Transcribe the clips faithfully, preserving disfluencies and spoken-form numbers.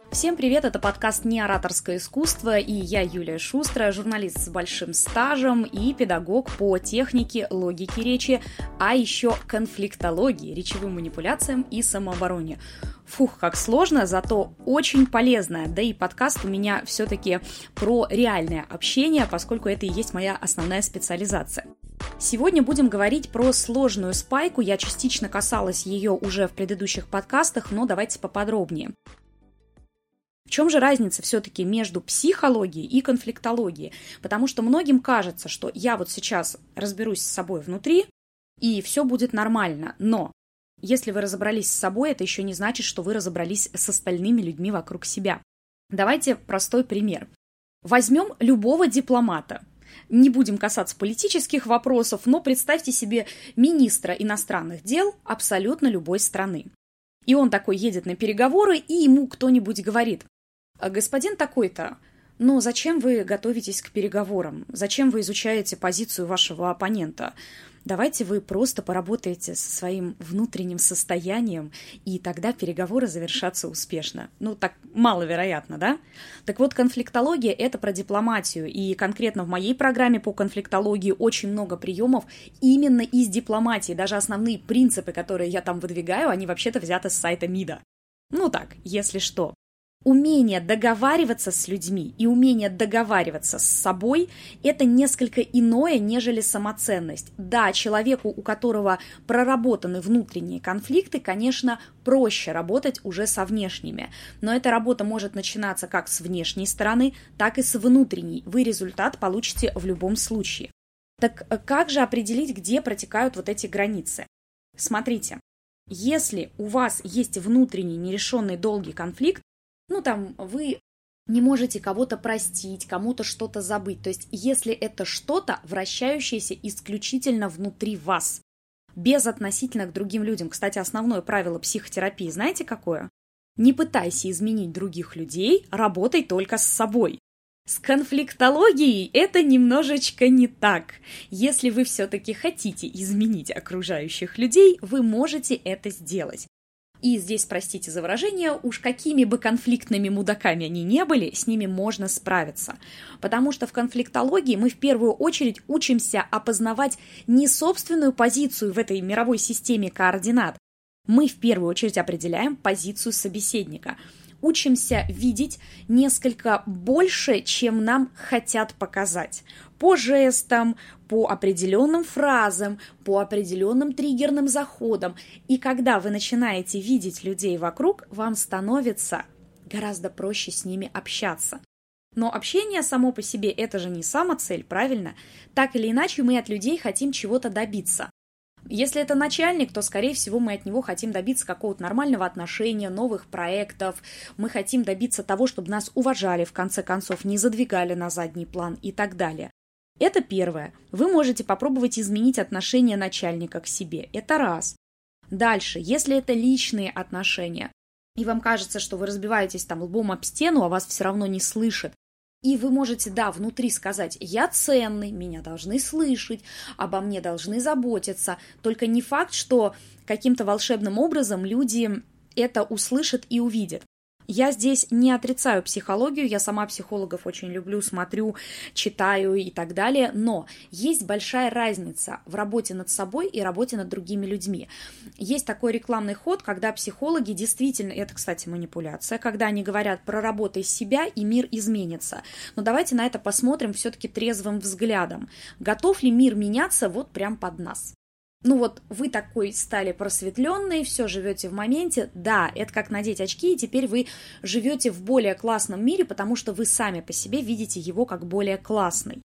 Всем привет, это подкаст «Неораторское искусство», и я Юлия Шустрая, журналист с большим стажем и педагог по технике логики речи, а еще конфликтологии, речевым манипуляциям и самообороне. Фух, как сложно, зато очень полезно, да и подкаст у меня все-таки про реальное общение, поскольку это и есть моя основная специализация. Сегодня будем говорить про сложную спайку, я частично касалась ее уже в предыдущих подкастах, но давайте поподробнее. В чем же разница все-таки между психологией и конфликтологией? Потому что многим кажется, что я вот сейчас разберусь с собой внутри, и все будет нормально. Но если вы разобрались с собой, это еще не значит, что вы разобрались с остальными людьми вокруг себя. Давайте простой пример. Возьмем любого дипломата. Не будем касаться политических вопросов, но представьте себе министра иностранных дел абсолютно любой страны. И он такой едет на переговоры, и ему кто-нибудь говорит: «Господин такой-то, ну зачем вы готовитесь к переговорам? Зачем вы изучаете позицию вашего оппонента? Давайте вы просто поработаете со своим внутренним состоянием, и тогда переговоры завершатся успешно». Ну, так маловероятно, да? Так вот, конфликтология – это про дипломатию, и конкретно в моей программе по конфликтологии очень много приемов именно из дипломатии. Даже основные принципы, которые я там выдвигаю, они вообще-то взяты с сайта МИДа. Ну так, если что. Умение договариваться с людьми и умение договариваться с собой – это несколько иное, нежели самоценность. Да, человеку, у которого проработаны внутренние конфликты, конечно, проще работать уже со внешними. Но эта работа может начинаться как с внешней стороны, так и с внутренней. Вы результат получите в любом случае. Так как же определить, где протекают вот эти границы? Смотрите, если у вас есть внутренний нерешенный долгий конфликт, ну, там, вы не можете кого-то простить, кому-то что-то забыть. То есть, если это что-то, вращающееся исключительно внутри вас, безотносительно к другим людям. Кстати, основное правило психотерапии, знаете какое? Не пытайся изменить других людей, работай только с собой. С конфликтологией это немножечко не так. Если вы все-таки хотите изменить окружающих людей, вы можете это сделать. И здесь, простите за выражение, уж какими бы конфликтными мудаками они не были, с ними можно справиться. Потому что в конфликтологии мы в первую очередь учимся опознавать не собственную позицию в этой мировой системе координат. Мы в первую очередь определяем позицию собеседника. Учимся видеть несколько больше, чем нам хотят показать. По жестам, по определенным фразам, по определенным триггерным заходам. И когда вы начинаете видеть людей вокруг, вам становится гораздо проще с ними общаться. Но общение само по себе – это же не самоцель, правильно? Так или иначе, мы от людей хотим чего-то добиться. Если это начальник, то, скорее всего, мы от него хотим добиться какого-то нормального отношения, новых проектов. Мы хотим добиться того, чтобы нас уважали, в конце концов, не задвигали на задний план и так далее. Это первое. Вы можете попробовать изменить отношение начальника к себе. Это раз. Дальше, если это личные отношения, и вам кажется, что вы разбиваетесь там лбом об стену, а вас все равно не слышат, и вы можете, да, внутри сказать: «Я ценный, меня должны слышать, обо мне должны заботиться». Только не факт, что каким-то волшебным образом люди это услышат и увидят. Я здесь не отрицаю психологию, я сама психологов очень люблю, смотрю, читаю и так далее, но есть большая разница в работе над собой и работе над другими людьми. Есть такой рекламный ход, когда психологи действительно, это, кстати, манипуляция, когда они говорят: «Проработай себя, и мир изменится». Но давайте на это посмотрим все-таки трезвым взглядом. Готов ли мир меняться вот прям под нас? Ну вот вы такой стали просветленный, все живете в моменте. Да, это как надеть очки, и теперь вы живете в более классном мире, потому что вы сами по себе видите его как более классный.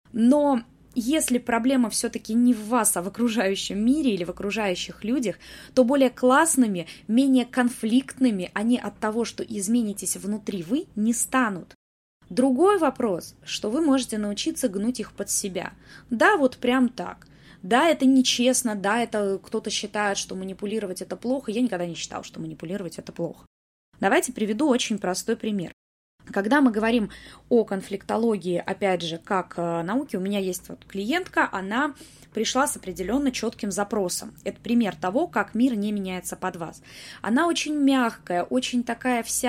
Но если проблема все-таки не в вас, а в окружающем мире или в окружающих людях, то более классными, менее конфликтными они от того, что изменитесь внутри вы, не станут. Другой вопрос, что вы можете научиться гнуть их под себя. Да, вот прям так. Да, это нечестно, да, это кто-то считает, что манипулировать это плохо. Я никогда не считала, что манипулировать это плохо. Давайте приведу очень простой пример. Когда мы говорим о конфликтологии, опять же, как э, науке, у меня есть вот клиентка, она пришла с определенно четким запросом. Это пример того, как мир не меняется под вас. Она очень мягкая, очень такая вся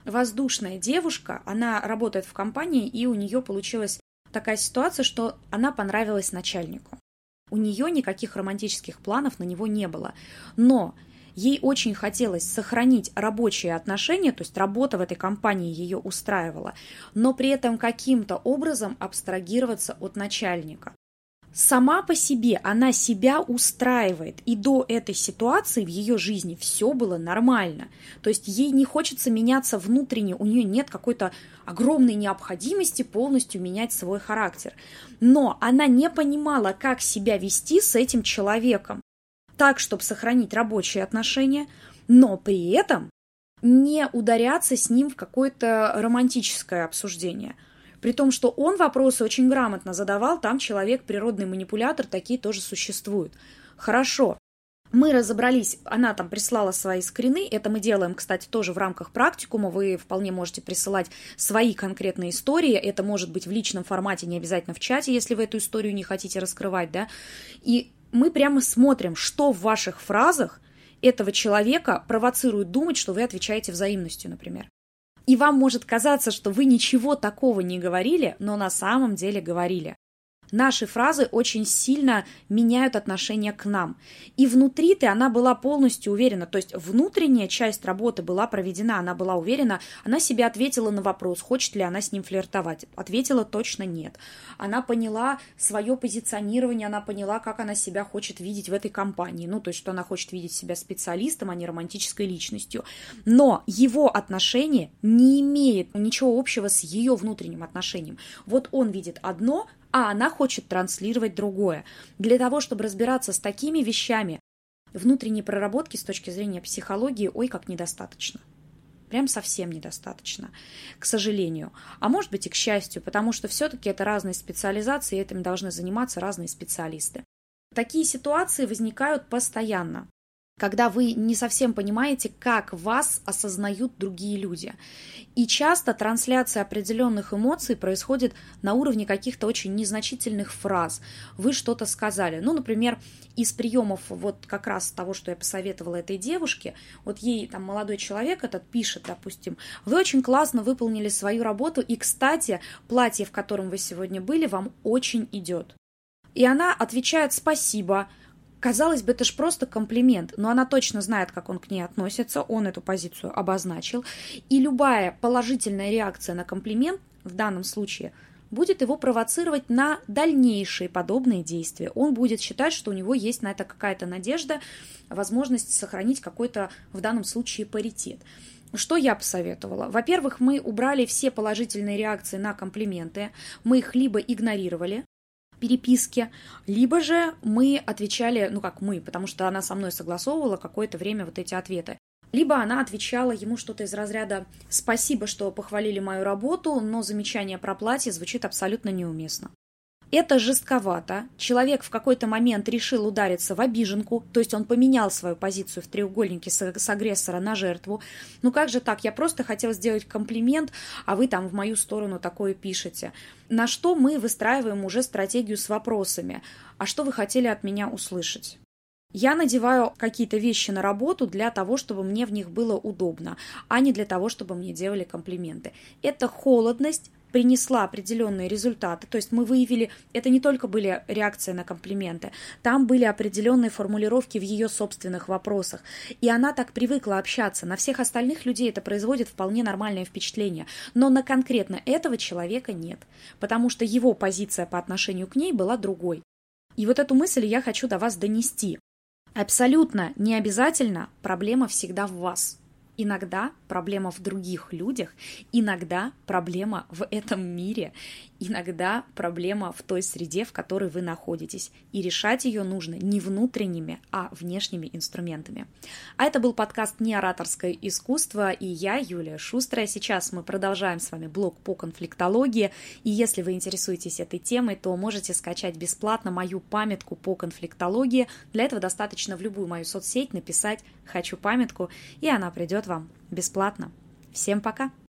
воздушная девушка, она работает в компании, и у нее получилась такая ситуация, что она понравилась начальнику. У нее никаких романтических планов на него не было. Но ей очень хотелось сохранить рабочие отношения, то есть работа в этой компании ее устраивала, но при этом каким-то образом абстрагироваться от начальника. Сама по себе она себя устраивает, и до этой ситуации в ее жизни все было нормально. То есть ей не хочется меняться внутренне, у нее нет какой-то огромной необходимости полностью менять свой характер. Но она не понимала, как себя вести с этим человеком так, чтобы сохранить рабочие отношения, но при этом не ударяться с ним в какое-то романтическое обсуждение. При том, что он вопросы очень грамотно задавал, там человек, природный манипулятор, такие тоже существуют. Хорошо, мы разобрались, она там прислала свои скрины, это мы делаем, кстати, тоже в рамках практикума, вы вполне можете присылать свои конкретные истории, это может быть в личном формате, не обязательно в чате, если вы эту историю не хотите раскрывать, да, и мы прямо смотрим, что в ваших фразах этого человека провоцирует думать, что вы отвечаете взаимностью, например. И вам может казаться, что вы ничего такого не говорили, но на самом деле говорили. Наши фразы очень сильно меняют отношение к нам. И внутри-то она была полностью уверена, то есть внутренняя часть работы была проведена, она была уверена, она себе ответила на вопрос, хочет ли она с ним флиртовать. Ответила точно нет. Она поняла свое позиционирование, она поняла, как она себя хочет видеть в этой компании. Ну, то есть, что она хочет видеть себя специалистом, а не романтической личностью. Но его отношение не имеет ничего общего с ее внутренним отношением. Вот он видит одно, а она хочет транслировать другое. Для того, чтобы разбираться с такими вещами, внутренней проработки с точки зрения психологии, ой, как недостаточно. Прям совсем недостаточно, к сожалению. А может быть и к счастью, потому что все-таки это разные специализации, и этим должны заниматься разные специалисты. Такие ситуации возникают постоянно, когда вы не совсем понимаете, как вас осознают другие люди. И часто трансляция определенных эмоций происходит на уровне каких-то очень незначительных фраз. Вы что-то сказали. Ну, например, из приемов вот как раз того, что я посоветовала этой девушке, вот ей там молодой человек этот пишет, допустим, вы очень классно выполнили свою работу, и, кстати, платье, в котором вы сегодня были, вам очень идет. И она отвечает спасибо. Казалось бы, это ж просто комплимент, но она точно знает, как он к ней относится, он эту позицию обозначил, и любая положительная реакция на комплимент в данном случае будет его провоцировать на дальнейшие подобные действия. Он будет считать, что у него есть на это какая-то надежда, возможность сохранить какой-то, в данном случае, паритет. Что я посоветовала? Во-первых, мы убрали все положительные реакции на комплименты, мы их либо игнорировали, переписке, либо же мы отвечали, ну как мы, потому что она со мной согласовывала какое-то время вот эти ответы. Либо она отвечала ему что-то из разряда «спасибо, что похвалили мою работу, но замечание про платье звучит абсолютно неуместно». Это жестковато. Человек в какой-то момент решил удариться в обиженку, то есть он поменял свою позицию в треугольнике с, с агрессора на жертву. Ну как же так? Я просто хотела сделать комплимент, а вы там в мою сторону такое пишете. На что мы выстраиваем уже стратегию с вопросами. А что вы хотели от меня услышать? Я надеваю какие-то вещи на работу для того, чтобы мне в них было удобно, а не для того, чтобы мне делали комплименты. Это холодность принесла определенные результаты, то есть мы выявили, это не только были реакции на комплименты, там были определенные формулировки в ее собственных вопросах, и она так привыкла общаться, на всех остальных людей это производит вполне нормальное впечатление, но на конкретно этого человека нет, потому что его позиция по отношению к ней была другой. И вот эту мысль я хочу до вас донести. Абсолютно не обязательно проблема всегда в вас. Иногда проблема в других людях, иногда проблема в этом мире, иногда проблема в той среде, в которой вы находитесь. И решать ее нужно не внутренними, а внешними инструментами. А это был подкаст «Неораторское искусство», и я, Юлия Шустрая. Сейчас мы продолжаем с вами блог по конфликтологии, и если вы интересуетесь этой темой, то можете скачать бесплатно мою памятку по конфликтологии. Для этого достаточно в любую мою соцсеть написать «Хочу памятку», и она придет вам бесплатно. Всем пока!